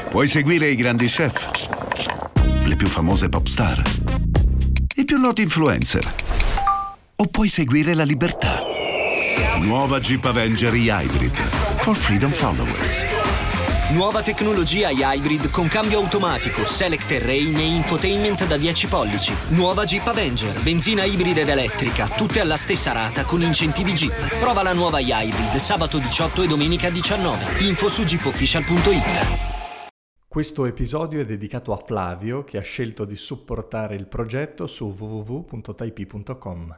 Puoi seguire i grandi chef, le più famose pop star, i più noti influencer, o puoi seguire la libertà. Nuova Jeep Avenger Hybrid for Freedom Followers. Nuova tecnologia Hybrid con cambio automatico, Select Terrain e infotainment da 10 pollici. Nuova Jeep Avenger, benzina ibrida ed elettrica, tutte alla stessa rata con incentivi Jeep. Prova la nuova Hybrid sabato 18 e domenica 19. Info su jeepofficial.it. Questo episodio è dedicato a Flavio, che ha scelto di supportare il progetto su www.taipi.com.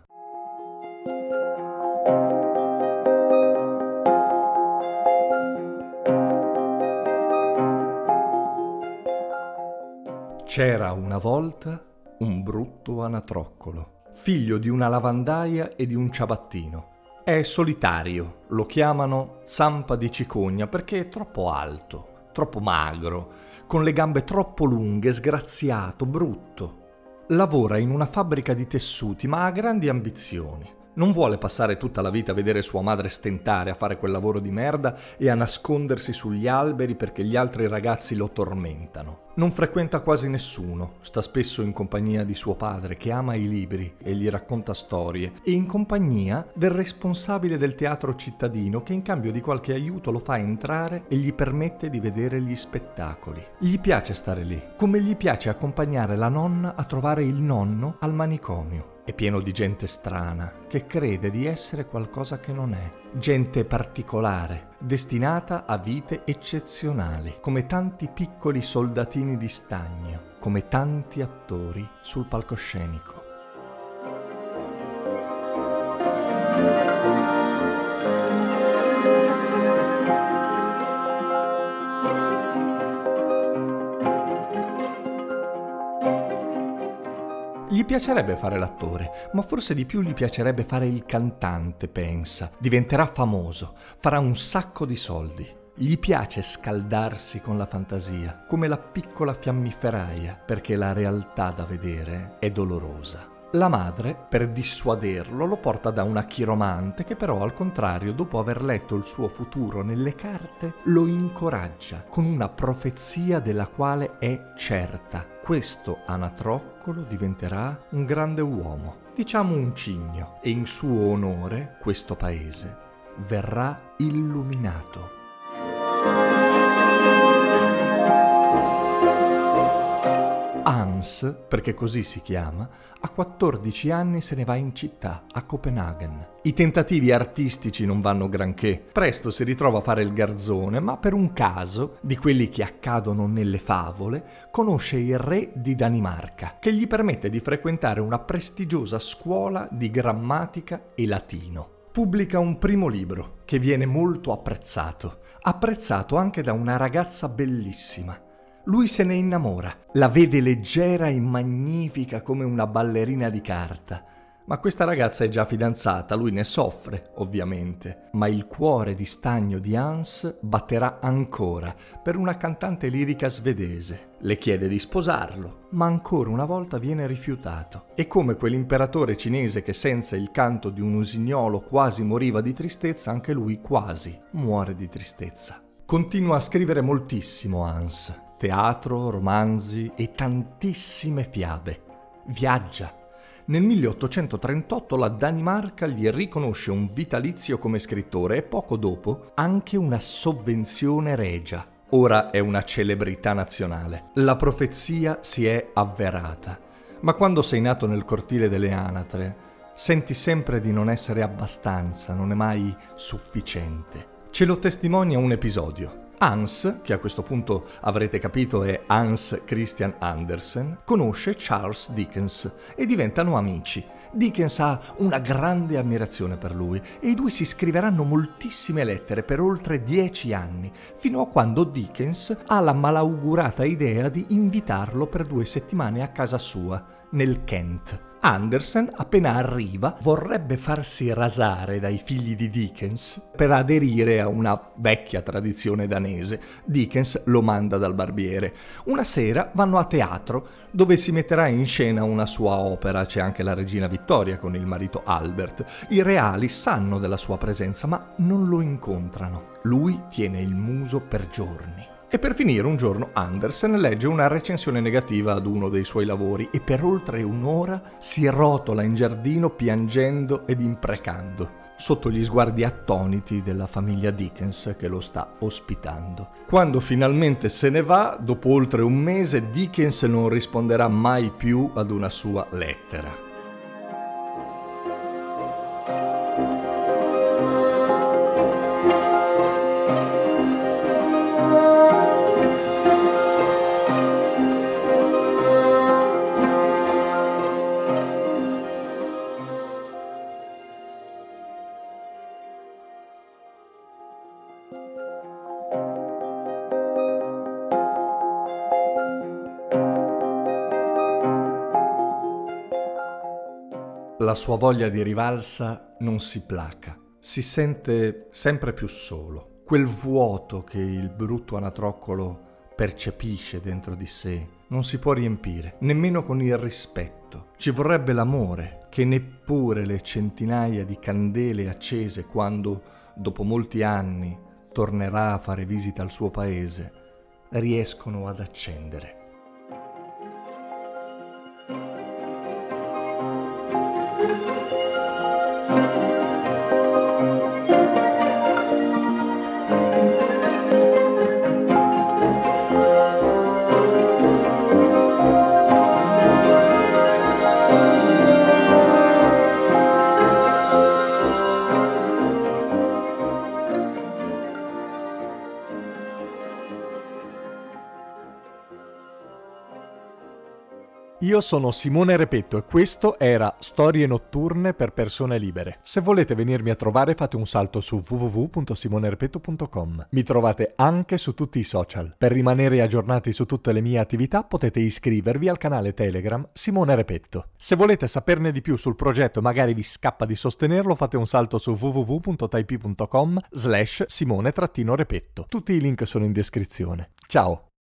C'era una volta un brutto anatroccolo, figlio di una lavandaia e di un ciabattino. È solitario, lo chiamano zampa di cicogna perché è troppo alto, troppo magro, con le gambe troppo lunghe, sgraziato, brutto. Lavora in una fabbrica di tessuti, ma ha grandi ambizioni. Non vuole passare tutta la vita a vedere sua madre stentare a fare quel lavoro di merda e a nascondersi sugli alberi perché gli altri ragazzi lo tormentano. Non frequenta quasi nessuno, sta spesso in compagnia di suo padre che ama i libri e gli racconta storie, e in compagnia del responsabile del teatro cittadino che in cambio di qualche aiuto lo fa entrare e gli permette di vedere gli spettacoli. Gli piace stare lì, come gli piace accompagnare la nonna a trovare il nonno al manicomio. È pieno di gente strana, che crede di essere qualcosa che non è. Gente particolare, destinata a vite eccezionali, come tanti piccoli soldatini di stagno, come tanti attori sul palcoscenico. Gli piacerebbe fare l'attore, ma forse di più gli piacerebbe fare il cantante, pensa. Diventerà famoso, farà un sacco di soldi. Gli piace scaldarsi con la fantasia, come la piccola fiammiferaia, perché la realtà da vedere è dolorosa. La madre, per dissuaderlo, lo porta da una chiromante che però, al contrario, dopo aver letto il suo futuro nelle carte, lo incoraggia con una profezia della quale è certa. Questo anatroccolo diventerà un grande uomo, diciamo un cigno, e in suo onore questo paese verrà illuminato. Hans, perché così si chiama, a 14 anni se ne va in città, a Copenaghen. I tentativi artistici non vanno granché. Presto si ritrova a fare il garzone, ma per un caso, di quelli che accadono nelle favole, conosce il re di Danimarca, che gli permette di frequentare una prestigiosa scuola di grammatica e latino. Pubblica un primo libro, che viene molto apprezzato anche da una ragazza bellissima. Lui se ne innamora, la vede leggera e magnifica come una ballerina di carta. Ma questa ragazza è già fidanzata, lui ne soffre, ovviamente. Ma il cuore di stagno di Hans batterà ancora per una cantante lirica svedese. Le chiede di sposarlo, ma ancora una volta viene rifiutato. E come quell'imperatore cinese che senza il canto di un usignolo quasi moriva di tristezza, anche lui quasi muore di tristezza. Continua a scrivere moltissimo Hans. Teatro, romanzi e tantissime fiabe. Viaggia. Nel 1838 la Danimarca gli riconosce un vitalizio come scrittore e poco dopo anche una sovvenzione regia. Ora è una celebrità nazionale. La profezia si è avverata. Ma quando sei nato nel cortile delle anatre, senti sempre di non essere abbastanza, non è mai sufficiente. Ce lo testimonia un episodio. Hans, che a questo punto avrete capito è Hans Christian Andersen, conosce Charles Dickens e diventano amici. Dickens ha una grande ammirazione per lui e i due si scriveranno moltissime lettere per oltre 10 anni, fino a quando Dickens ha la malaugurata idea di invitarlo per 2 settimane a casa sua, nel Kent. Andersen, appena arriva, vorrebbe farsi rasare dai figli di Dickens per aderire a una vecchia tradizione danese. Dickens lo manda dal barbiere. Una sera vanno a teatro, dove si metterà in scena una sua opera. C'è anche la regina Vittoria con il marito Albert. I reali sanno della sua presenza, ma non lo incontrano. Lui tiene il muso per giorni. E per finire un giorno Andersen legge una recensione negativa ad uno dei suoi lavori e per oltre un'ora si rotola in giardino piangendo ed imprecando, sotto gli sguardi attoniti della famiglia Dickens che lo sta ospitando. Quando finalmente se ne va, dopo oltre un mese, Dickens non risponderà mai più ad una sua lettera. La sua voglia di rivalsa non si placa, si sente sempre più solo. Quel vuoto che il brutto anatroccolo percepisce dentro di sé non si può riempire, nemmeno con il rispetto. Ci vorrebbe l'amore, che neppure le centinaia di candele accese quando, dopo molti anni, tornerà a fare visita al suo paese, riescono ad accendere. Io sono Simone Repetto e questo era Storie notturne per persone libere. Se volete venirmi a trovare fate un salto su www.simonerepetto.com. Mi trovate anche su tutti i social. Per rimanere aggiornati su tutte le mie attività potete iscrivervi al canale Telegram Simone Repetto. Se volete saperne di più sul progetto e magari vi scappa di sostenerlo fate un salto su www.type.com/Simone-Repetto. Tutti i link sono in descrizione. Ciao!